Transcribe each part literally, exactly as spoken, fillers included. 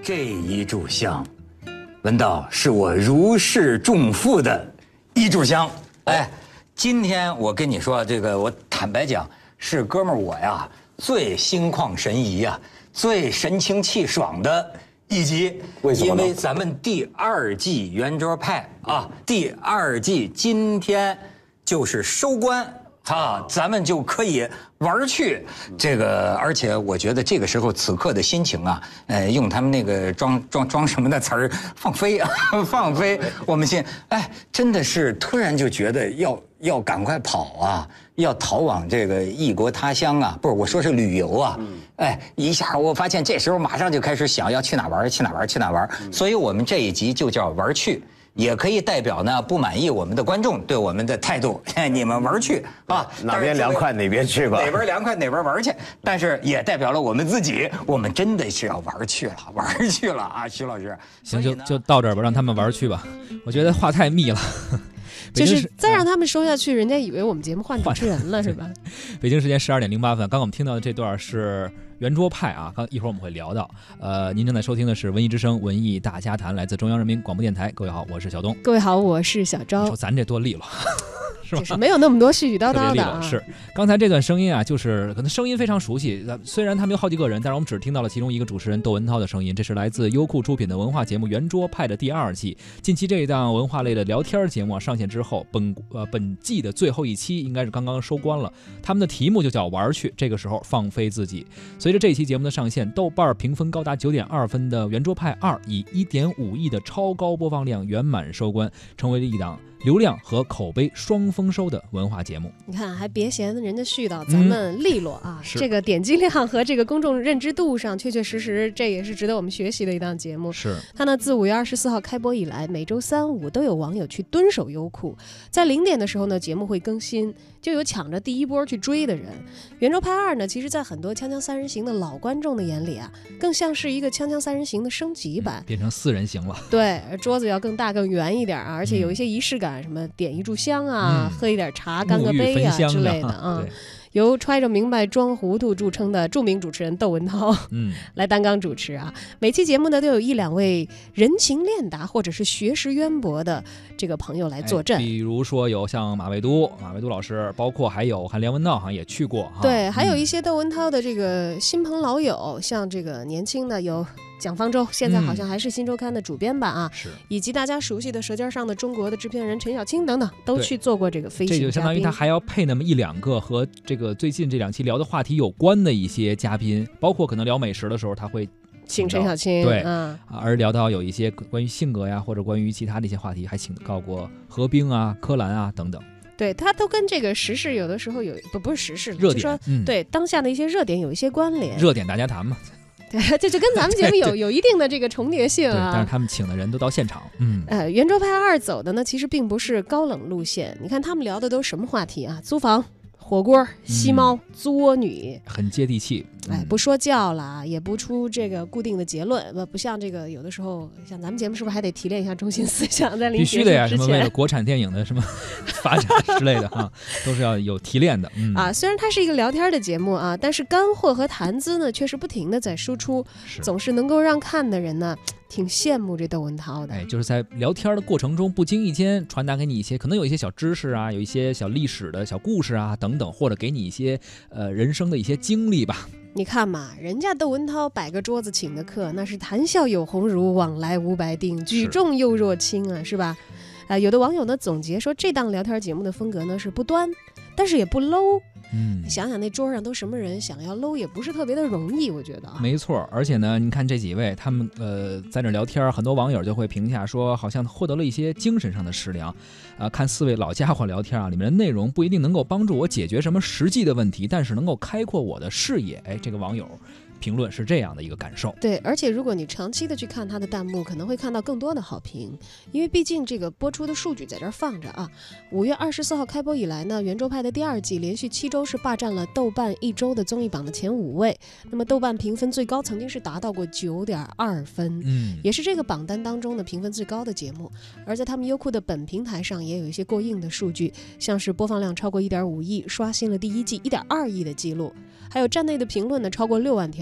这一炷香，文道是我如释重负的一炷香。哎，今天我跟你说，这个我坦白讲，是哥们儿我呀最心旷神怡呀、啊，最神清气爽的一集。 为什么呢？ 因为咱们第二季圆桌派啊，第二季今天就是收官。啊，咱们就可以玩去这个，而且我觉得这个时候此刻的心情啊，呃，用他们那个装装装什么的词儿，放飞啊，放飞。我们现哎，真的是突然就觉得要要赶快跑啊，要逃往这个异国他乡啊，不是我说是旅游啊，哎，一下我发现这时候马上就开始想要去哪玩，去哪玩，去哪玩。所以我们这一集就叫玩去。也可以代表呢不满意我们的观众对我们的态度，你们玩去啊， 哪边凉快哪边去吧， 哪边凉快哪边玩去。但是也代表了我们自己，我们真的是要玩去了，玩去了啊，徐老师。 行，就就到这儿吧，让他们玩去吧。我觉得话太密了。 就是再让他们说下去，人家以为我们节目换主持人了，是吧？ 北京时间十二点零八分，刚刚我们听到的这段是圆桌派啊，刚一会儿我们会聊到。呃，您正在收听的是文艺之声文艺大家谈，来自中央人民广播电台。各位好，我是小东。 各位好，我是小昭。 说咱这多利落。是吧？ 就是没有那么多絮絮叨叨的、啊。 是，刚才这段声音啊，就是可能声音非常熟悉。虽然他们有好几个人，但是我们只听到了其中一个主持人窦文涛的声音。这是来自优酷出品的文化节目《圆桌派》的第二季。近期这一档文化类的聊天节目、啊、上线之后，本呃本季的最后一期应该是刚刚收官了。他们的题目就叫玩去，这个时候放飞自己。随着这期节目的上线，豆瓣评分高达九点二分的《圆桌派二》以一点五亿的超高播放量圆满收官，成为了一档流量和口碑双丰收的文化节目。 你看，还别嫌人家絮叨，咱们利落啊、 嗯！ 这个点击量和这个公众认知度上，确确实实这也是值得我们学习的一档节目。 是它呢，自五月二十四号开播以来，每周三五都有网友去蹲守优酷，在零点的时候呢，节目会更新，就有抢着第一波去追的人。圆桌派二呢，其实在很多锵锵三人行的老观众的眼里啊，更像是一个锵锵三人行的升级版， 嗯、变成四人行了。 对，桌子要更大更圆一点啊，而且有一些仪式感。什么点一炷香啊、嗯，喝一点茶，干个杯啊之类的啊。由揣着明白装糊涂著称的著名主持人窦文涛，嗯，来担纲主持啊。每期节目呢，都有一两位人情练达或者是学识渊博的这个朋友来坐镇。 哎、比如说有像马未都、马未都老师，包括还有还梁文道好像也去过哈。 对，还有一些窦文涛的这个新朋老友，嗯、像这个年轻的有蒋方舟，现在好像还是新周刊的主编吧啊， 是、嗯， 以及大家熟悉的《舌尖上的中国》的制片人陈小青等等，都去做过这个飞行嘉宾。 这就相当于他还要配那么一两个和这个最近这两期聊的话题有关的一些嘉宾，包括可能聊美食的时候他会请陈小青， 对， 嗯， 而聊到有一些关于性格呀，或者关于其他的一些话题，还请到过何冰啊、柯蓝啊等等。 对，他都跟这个时事有的时候有不不是时事热点， 就说、 嗯、 对当下的一些热点有一些关联。 热点大家谈嘛。 对，这就跟咱们节目有有一定的这个重叠性啊。 但是他们请的人都到现场。嗯， 呃，圆桌派二走的呢，其实并不是高冷路线。你看他们聊的都什么话题啊？租房、火锅、吸猫、嗯、作女， 很接地气。 哎，不说教了，也不出这个固定的结论，不不像这个有的时候，像咱们节目是不是还得提炼一下中心思想？在必须的呀，什么为了国产电影的什么发展之类的哈，都是要有提炼的。嗯啊，虽然它是一个聊天的节目啊，但是干货和谈资呢，却是不停的在输出，总是能够让看的人呢。挺羡慕这窦文涛的， 哎，就是在聊天的过程中，不经意间传达给你一些，可能有一些小知识啊，有一些小历史的小故事啊等等，或者给你一些呃人生的一些经历吧。 你看嘛，人家窦文涛摆个桌子请的客，那是谈笑有鸿儒，往来无白丁，举重又若轻啊，是吧？啊、呃，有的网友呢总结说，这档聊天节目的风格呢是不端，但是也不 low。嗯，想想那桌上都什么人，想要 low 也不是特别的容易，我觉得。 没错，而且呢，你看这几位，他们呃在那聊天，很多网友就会评价说，好像获得了一些精神上的食粮。啊、呃，看四位老家伙聊天啊，里面的内容不一定能够帮助我解决什么实际的问题，但是能够开阔我的视野。哎，这个网友评论是这样的一个感受。 对，而且如果你长期的去看他的弹幕，可能会看到更多的好评，因为毕竟这个播出的数据在这儿放着啊。五月二十四号开播以来呢，圆桌派的第二季连续七周是霸占了豆瓣一周的综艺榜的前五位。那么豆瓣评分最高曾经是达到过九点二分，嗯，也是这个榜单当中的评分最高的节目。而在他们优酷的本平台上也有一些过硬的数据，像是播放量超过一点五亿，刷新了第一季一点二亿的记录，还有站内的评论呢超过六万条。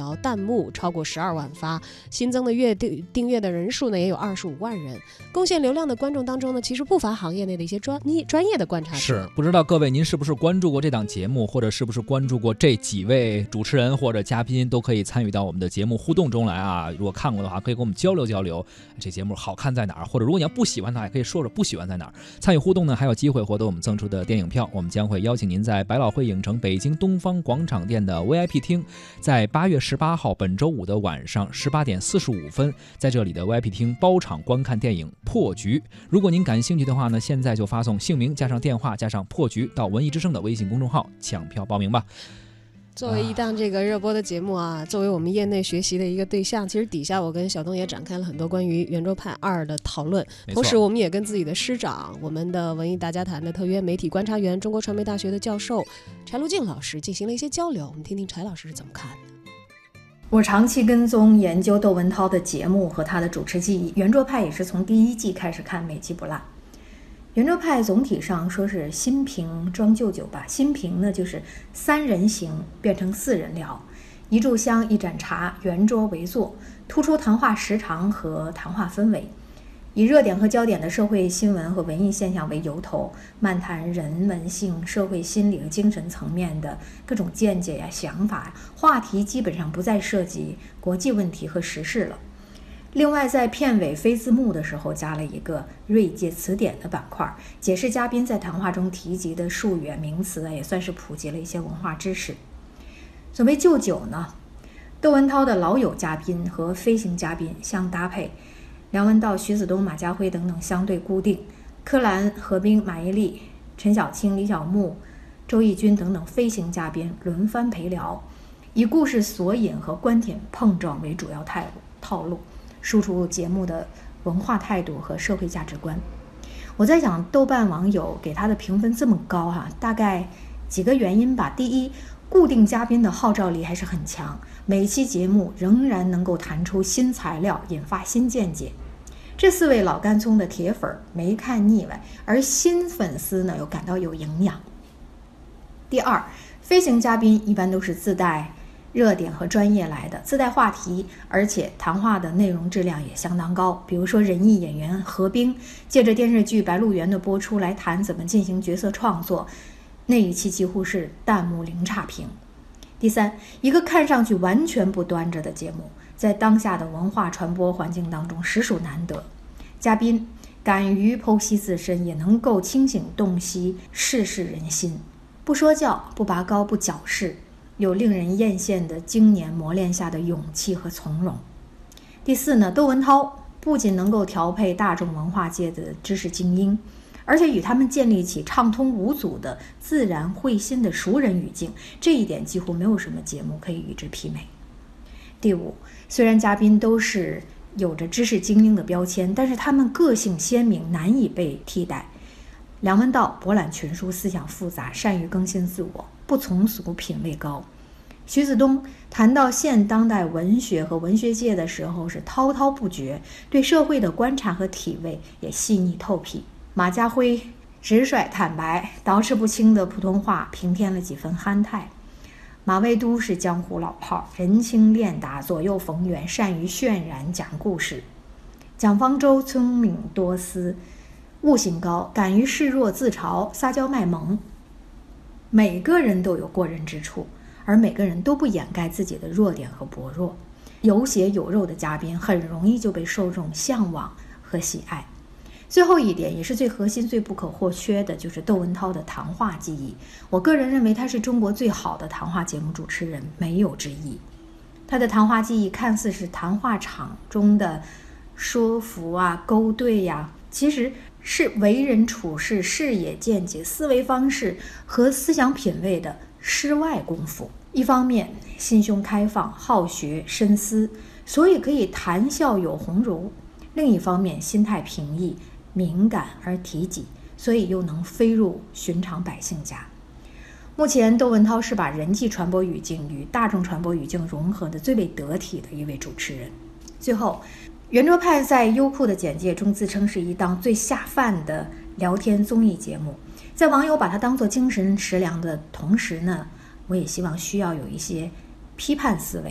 条，弹幕超过十二万发，新增的月订订阅的人数呢也有二十五万人。贡献流量的观众当中呢，其实不乏行业内的一些专专业的观察者。 是，不知道各位您是不是关注过这档节目，或者是不是关注过这几位主持人或者嘉宾，都可以参与到我们的节目互动中来啊。如果看过的话，可以跟我们交流交流，这节目好看在哪儿，或者如果你要不喜欢它，也可以说说不喜欢在哪儿。参与互动呢，还有机会获得我们赠出的电影票。我们将会邀请您在百老汇影城北京东方广场店的 V I P 厅，在八月十八号本周五的晚上十八点四十五分，在这里的 V I P 厅包场观看电影《破局》。如果您感兴趣的话呢，现在就发送姓名加上电话加上破局到文艺之声的微信公众号抢票报名吧。 作为一档这个热播的节目啊，作为我们业内学习的一个对象，其实底下我跟小东也展开了很多关于圆桌派二的讨论，同时我们也跟自己的师长，我们的文艺大家谈的特约媒体观察员、中国传媒大学的教授柴路静老师进行了一些交流，我们听听柴老师是怎么看的。 我长期跟踪研究窦文涛的节目和他的主持技艺，圆桌派也是从第一季开始看，每季不落。圆桌派总体上说是新瓶装旧酒吧，新瓶呢就是三人行变成四人聊，一炷香一盏茶，圆桌围坐，突出谈话时长和谈话氛围，以热点和焦点的社会新闻和文艺现象为由头，漫谈人文性、社会心理和精神层面的各种见解呀、想法，话题基本上不再涉及国际问题和时事了。另外，在片尾非字幕的时候加了一个锐界词典的板块，解释嘉宾在谈话中提及的术语名词，也算是普及了一些文化知识。所谓旧酒呢，窦文涛的老友嘉宾和飞行嘉宾相搭配，梁文道、徐子东、马家辉等等相对固定，柯蓝、何冰、马伊琍、陈小青、李小牧、周轶君等等飞行嘉宾轮番陪聊，以故事索引和观点碰撞为主要态度套路，输出节目的文化态度和社会价值观。我在想，豆瓣网友给他的评分这么高哈、啊，大概几个原因吧。第一，固定嘉宾的号召力还是很强，每期节目仍然能够弹出新材料，引发新见解。这四位老干葱的铁粉没看腻歪，而新粉丝呢又感到有营养。第二，飞行嘉宾一般都是自带热点和专业来的，自带话题，而且谈话的内容质量也相当高。比如说人艺演员何冰借着电视剧《白鹿原》的播出来谈怎么进行角色创作，那一期几乎是弹幕零差评。第三，一个看上去完全不端着的节目，在当下的文化传播环境当中实属难得。嘉宾敢于剖析自身，也能够清醒洞悉世事人心，不说教，不拔高，不矫饰，有令人艳羡的经年磨练下的勇气和从容。第四呢，窦文涛不仅能够调配大众文化界的知识精英，而且与他们建立起畅通无阻的自然会心的熟人语境，这一点几乎没有什么节目可以与之媲美。第五，虽然嘉宾都是有着知识精英的标签，但是他们个性鲜明，难以被替代。梁文道博览群书，思想复杂，善于更新自我，不从俗，品味高。徐子东谈到现当代文学和文学界的时候是滔滔不绝，对社会的观察和体味也细腻透辟。马家辉直率坦白，捯饬不清的普通话平添了几分憨态。马未都是江湖老炮，人情练达，左右逢源，善于渲染讲故事。蒋方舟聪明多思，悟性高，敢于示弱自嘲，撒娇卖萌。每个人都有过人之处，而每个人都不掩盖自己的弱点和薄弱。有血有肉的嘉宾很容易就被受众向往和喜爱。最后一点，也是最核心最不可或缺的，就是窦文涛的谈话技艺。我个人认为他是中国最好的谈话节目主持人，没有之一。他的谈话技艺看似是谈话场中的说服啊、勾兑呀、啊，其实是为人处事、视野见解、思维方式和思想品味的诗外功夫。一方面心胸开放、好学深思，所以可以谈笑有鸿儒；另一方面心态平易、敏感而体己，所以又能飞入寻常百姓家。目前窦文涛是把人际传播语境与大众传播语境融合的最为得体的一位主持人。最后，圆桌派在优酷的简介中自称是一档最下饭的聊天综艺节目，在网友把它当作精神食粮的同时呢，我也希望需要有一些批判思维，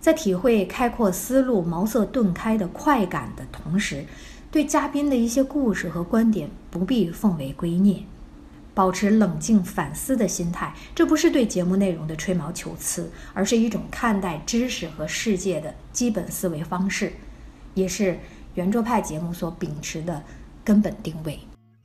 在体会开阔思路、茅塞顿开的快感的同时，对嘉宾的一些故事和观点不必奉为圭臬，保持冷静反思的心态，这不是对节目内容的吹毛求疵，而是一种看待知识和世界的基本思维方式，也是圆桌派节目所秉持的根本定位。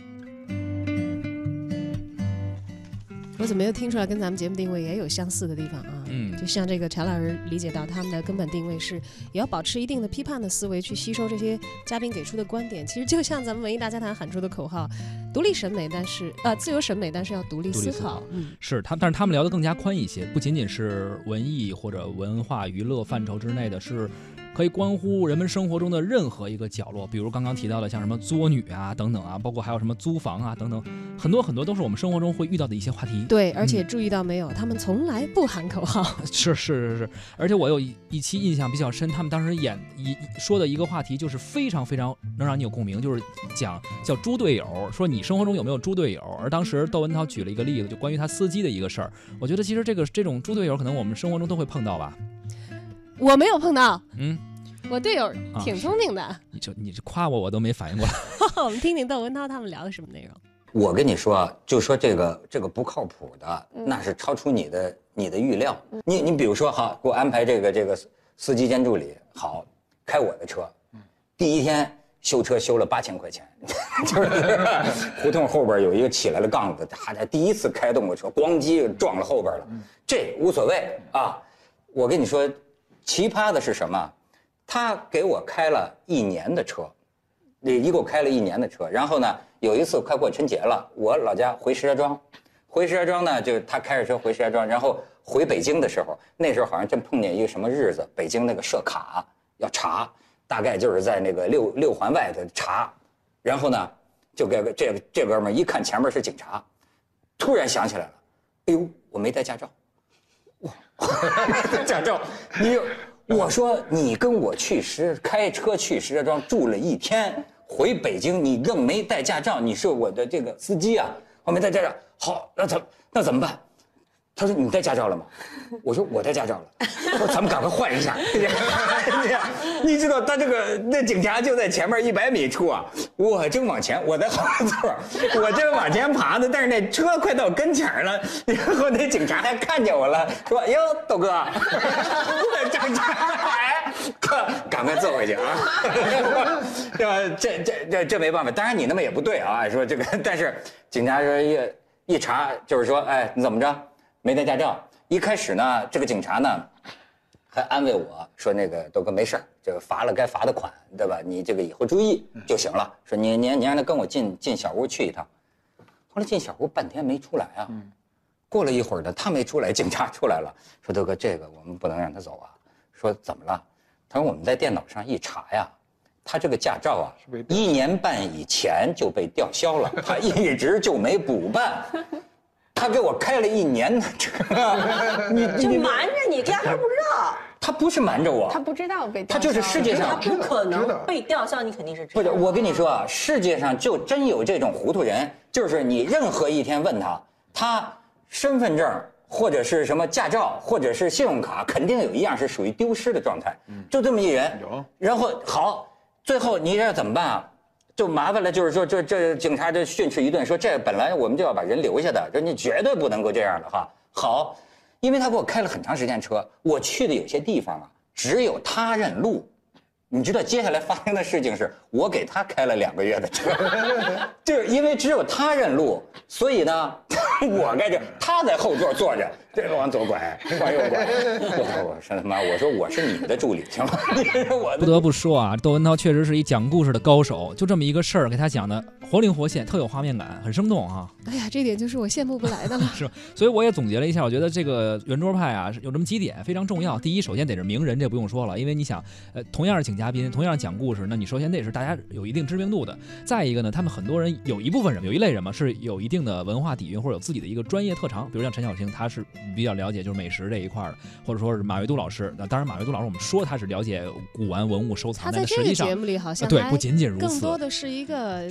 我怎么又听出来跟咱们节目定位也有相似的地方啊？ 嗯， 就像这个柴老师理解到他们的根本定位是，也要保持一定的批判的思维去吸收这些嘉宾给出的观点。其实就像咱们文艺大家谈喊出的口号：独立审美，但是呃自由审美，但是要独立思考。嗯， 是他，但是他们聊得更加宽一些，不仅仅是文艺或者文化娱乐范畴之内的，是可以关乎人们生活中的任何一个角落。比如刚刚提到的像什么作女啊等等啊，包括还有什么租房啊等等，很多很多都是我们生活中会遇到的一些话题。 对，而且注意到没有，嗯、他们从来不喊口号。 是是是是，而且我有一一期印象比较深，他们当时演一说的一个话题就是非常非常能让你有共鸣，就是讲叫猪队友，说你生活中有没有猪队友？而当时窦文涛举了一个例子，就关于他司机的一个事儿。我觉得其实这个这种猪队友，可能我们生活中都会碰到吧。 我没有碰到， 嗯， 我队友挺聪明的。啊、 你这你这夸我，我都没反应过来。 我们听听窦文涛他们聊的什么内容。 我跟你说啊，就说这个这个不靠谱的，那是超出你的你的预料。你你比如说哈，给我安排这个这个司机兼助理，好，开我的车，第一天修车修了八千块钱，就是胡同后边有一个起来了杠子，他他第一次开动过车，咣叽撞了后边了，这无所谓啊。我跟你说，奇葩的是什么？他给我开了一年的车。一共开了一年的车，然后呢，有一次快过春节了，我老家回石家庄，回石家庄呢，就他开着车回石家庄，然后回北京的时候，那时候好像真碰见一个什么日子，北京那个设卡要查，大概就是在那个六六环外头查，然后呢，就给这个这哥们一看前面是警察，突然想起来了，哎呦，我没带驾照，哇，驾照，你有。我说你跟我去石开车去石家庄住了一天，回北京你更没带驾照，你是我的这个司机啊，我没带驾照。好，那怎那怎么办？他说你带驾照了吗？我说我带驾照了。我说咱们赶快换一下。你知道他这个那警察就在前面一百米处啊，我正往前，我在后座，我正往前爬呢，但是那车快到跟前了，然后那警察还看见我了，说：“哟，豆哥，警察来，赶快坐回去啊！”对吧？这这这这没办法，当然你那么也不对啊，说这个，但是警察说一一查就是说，哎，你怎么着？没带驾照。一开始呢，这个警察呢还安慰我说，那个豆哥没事儿，这个罚了该罚的款，对吧？你这个以后注意就行了。说你你你让他跟我进进小屋去一趟。后来进小屋半天没出来啊。过了一会儿呢，他没出来，警察出来了，说豆哥这个我们不能让他走啊。说怎么了？他说我们在电脑上一查呀，他这个驾照啊，一年半以前就被吊销了，他一直就没补办。他给我开了一年的车， 你就瞒着你，压根不知道。 他不是瞒着我， 他不知道被吊销， 他就是世界上他不可能被吊销，你肯定是知道。 不是，我跟你说啊，世界上就真有这种糊涂人，就是你任何一天问他，他身份证或者是什么驾照或者是信用卡，肯定有一样是属于丢失的状态，就这么一人。有，然后好，最后你这怎么办啊？就麻烦了，就是说这这警察就训斥一顿，说这本来我们就要把人留下的，说你绝对不能够这样的哈。好，因为他给我开了很长时间车，我去的有些地方啊，只有他认路。你知道接下来发生的事情是我给他开了两个月的车，就是因为只有他认路，所以呢，我该这他在后座坐着，这个往左拐，往右拐。我说他妈，我说我是你们的助理行吗？你是我的。 不得不说啊，窦文涛确实是一讲故事的高手，就这么一个事儿给他讲的活灵活现，特有画面感，很生动啊。 哎呀，这点就是我羡慕不来的了。 是，所以我也总结了一下，我觉得这个圆桌派啊，有这么几点非常重要。第一，首先得是名人，这不用说了，因为你想，呃，同样是请嘉宾，同样讲故事，那你首先得是大家有一定知名度的。再一个呢，他们很多人有一部分人，有一类人嘛，是有一定的文化底蕴或者有自己的一个专业特长，比如像陈小青，他是比较了解就是美食这一块的，或者说是马未都老师。那当然，马未都老师我们说他是了解古玩文物收藏， 他在这个节目里好像对不仅仅如此， 更多的是一个江湖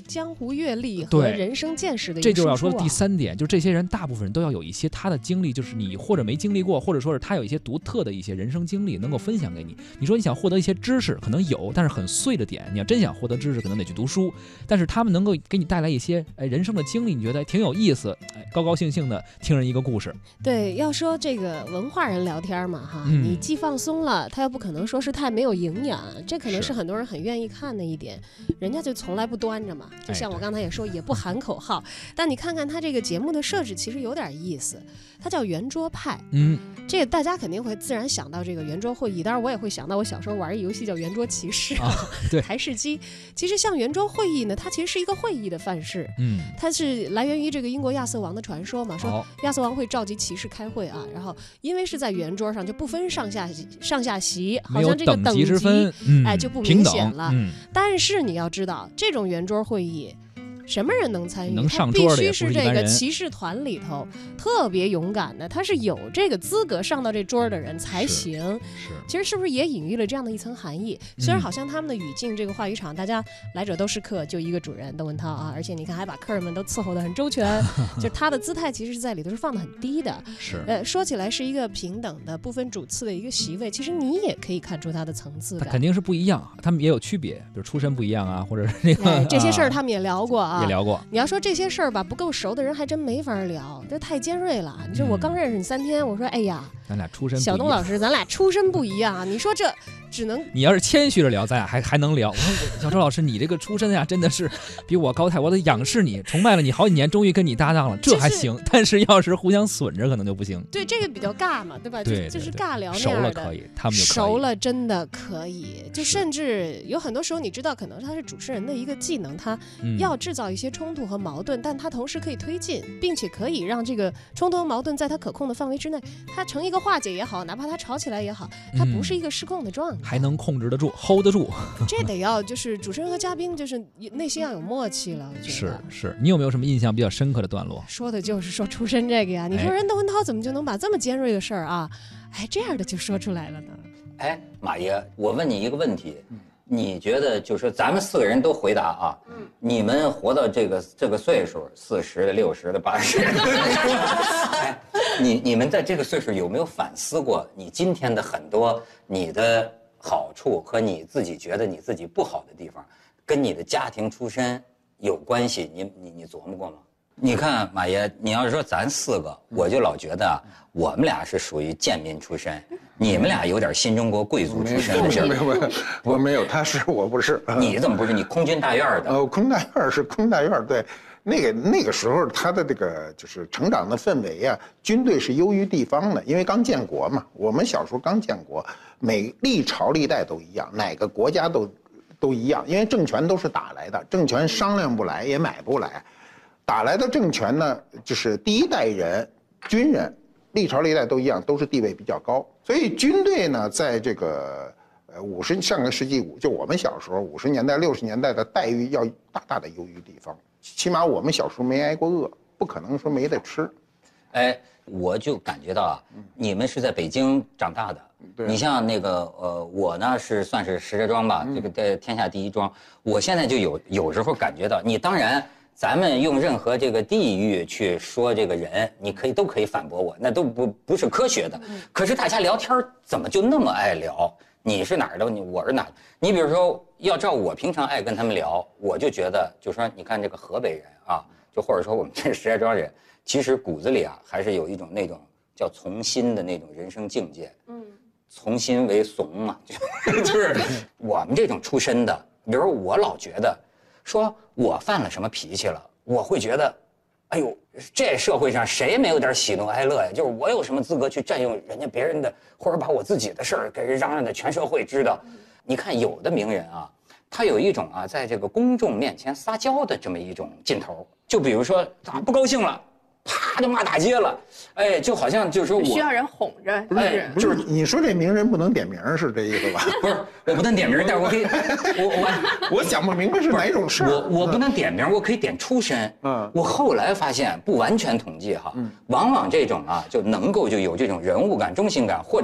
途阅历和人生见识的一个、啊、 这就是要说的第三点，就是这些人大部分人都要有一些他的经历，就是你或者没经历过，或者说是他有一些独特的一些人生经历能够分享给你。你说你想获得一些知识，可能有，但是很碎的点，你要真想获得知识，可能得去读书。但是他们能够给你带来一些哎人生的经历，你觉得挺有意思，哎高高兴兴的听人一个故事。 对，要说这个文化人聊天嘛哈、嗯，你既放松了，他又不可能说是太没有营养，这可能是很多人很愿意看的一点。人家就从来不端着嘛，就像我刚才也说，也不喊口号。但你看看他这个节目的设置，其实有点意思，它叫圆桌派。嗯，这个大家肯定会自然想到这个圆桌会议，当然我也会想到我小时候玩一游戏叫圆桌骑士，啊、对，台式机。其实像圆桌会议呢，它其实是一个会议的范式。嗯，它是来源于这个英国亚瑟王的传说嘛，说亚瑟王会召集骑士开会啊，然后因为是在圆桌上，就不分上下上下席，好像这个等级之分，嗯、哎就不明显了。嗯、但是你要知道，这种圆桌会议。什么人能参与？ 能上桌的必须是这个骑士团里头特别勇敢的，他是有这个资格上到这桌的人才行。是，其实是不是也隐喻了这样的一层含义？虽然好像他们的语境，这个话语场，大家来者都是客，就一个主人窦文涛啊，而且你看还把客人们都伺候得很周全，就他的姿态其实是在里头是放得很低的。是，呃，说起来是一个平等的、不分主次的一个席位，其实你也可以看出他的层次感。 他肯定是不一样，他们也有区别，比如出身不一样啊，或者是那个、 哎、这些事儿他们也聊过啊。 也聊过， 你要说这些事儿吧，不够熟的人还真没法聊，这太尖锐了。你说我刚认识你三天，我说哎呀， 咱俩出身不一样， 小东老师，咱俩出身不一样啊。你说这只能你要是谦虚着聊，咱俩还还能聊。我说小周老师，你这个出身呀，真的是比我高太，我得仰视你，崇拜了你好几年，终于跟你搭档了，这还行。但是要是互相损着，可能就不行。 对，这个比较尬嘛，对吧？对，就, 就是尬聊那样的。 熟了可以，他们就可以熟了真的可以。就甚至有很多时候，你知道，可能他是主持人的一个技能，他要制造一些冲突和矛盾。嗯，但它同时可以推进，并且可以让这个冲突和矛盾在它可控的范围之内，它成一个化解也好，哪怕它吵起来也好，它不是一个失控的状态，嗯、 还能控制得住 ，hold 得住。 这得要就是主持人和嘉宾就是内心要有默契了。我觉得是是，你有没有什么印象比较深刻的段落？ 说的就是说出身这个呀，你说人窦文涛怎么就能把这么尖锐的事儿啊，哎这样的就说出来了呢？ 哎，马爷，我问你一个问题。嗯，你觉得就是说咱们四个人都回答啊，嗯、你们活到这个这个岁数，四十的、六十的、八十的，哎，你你们在这个岁数有没有反思过你今天的很多你的好处和你自己觉得你自己不好的地方，跟你的家庭出身有关系？你你你琢磨过吗？你看马爷，你要是说咱四个，我就老觉得啊，我们俩是属于贱民出身，你们俩有点新中国贵族出身的劲儿。 没有没有，我没有，他是我不是。 你怎么不是？你空军大院的。 哦，空大院是空大院，对，那个那个时候他的这个就是成长的氛围啊，军队是优于地方的，因为刚建国嘛。我们小时候刚建国，每历朝历代都一样，哪个国家都都一样，因为政权都是打来的，政权商量不来也买不来。打来的政权呢，就是第一代人，军人，历朝历代都一样，都是地位比较高。所以军队呢，在这个呃五十上个世纪五，就我们小时候五十年代、六十年代的待遇要大大的优于地方。起码我们小时候没挨过饿，不可能说没得吃。 哎，我就感觉到啊，你们是在北京长大的。对，你像那个呃，我呢是算是石家庄吧，嗯、这个在天下第一庄。我现在就有有时候感觉到，你当然。咱们用任何这个地域去说这个人，你可以都可以反驳我，那都不不是科学的。可是大家聊天怎么就那么爱聊？你是哪儿的？你我是哪儿的？你比如说，要照我平常爱跟他们聊，我就觉得，就说你看这个河北人啊，就或者说我们这石家庄人，其实骨子里啊还是有一种那种叫从心的那种人生境界。嗯，从心为怂嘛，就是我们这种出身的，比如我老觉得。说我犯了什么脾气了，我会觉得，哎呦，这社会上谁没有点喜怒哀乐呀？就是我有什么资格去占用人家别人的，或者把我自己的事儿给人嚷嚷的全社会知道？你看有的名人啊，他有一种啊，在这个公众面前撒娇的这么一种劲头。就比如说他不高兴了，啪就骂大街了，哎，就好像就是说我需要人哄着， 不是？就是你说这名人不能点名是这意思吧？ 不是，我不能点名，但是我可以，我我我想不明白是哪一种事儿。 我我不能点名，我可以点出身。嗯，我后来发现不完全统计哈，往往这种啊就能够就有这种人物感、中心感，或者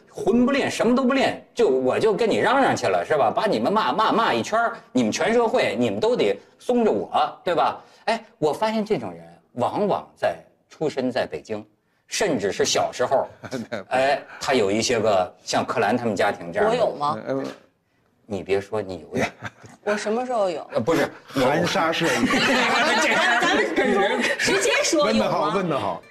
魂不练，什么都不练，就我就跟你嚷嚷去了，是吧？把你们骂骂骂一圈，你们全社会你们都得松着我，对吧？哎，我发现这种人往往在出身在北京，甚至是小时候，哎，他有一些个像克兰他们家庭这样。 我有吗？ 你别说你有点， 我什么时候有？ 呃，不是含沙射影。 咱们直接说有吗？ 问得好，问得好。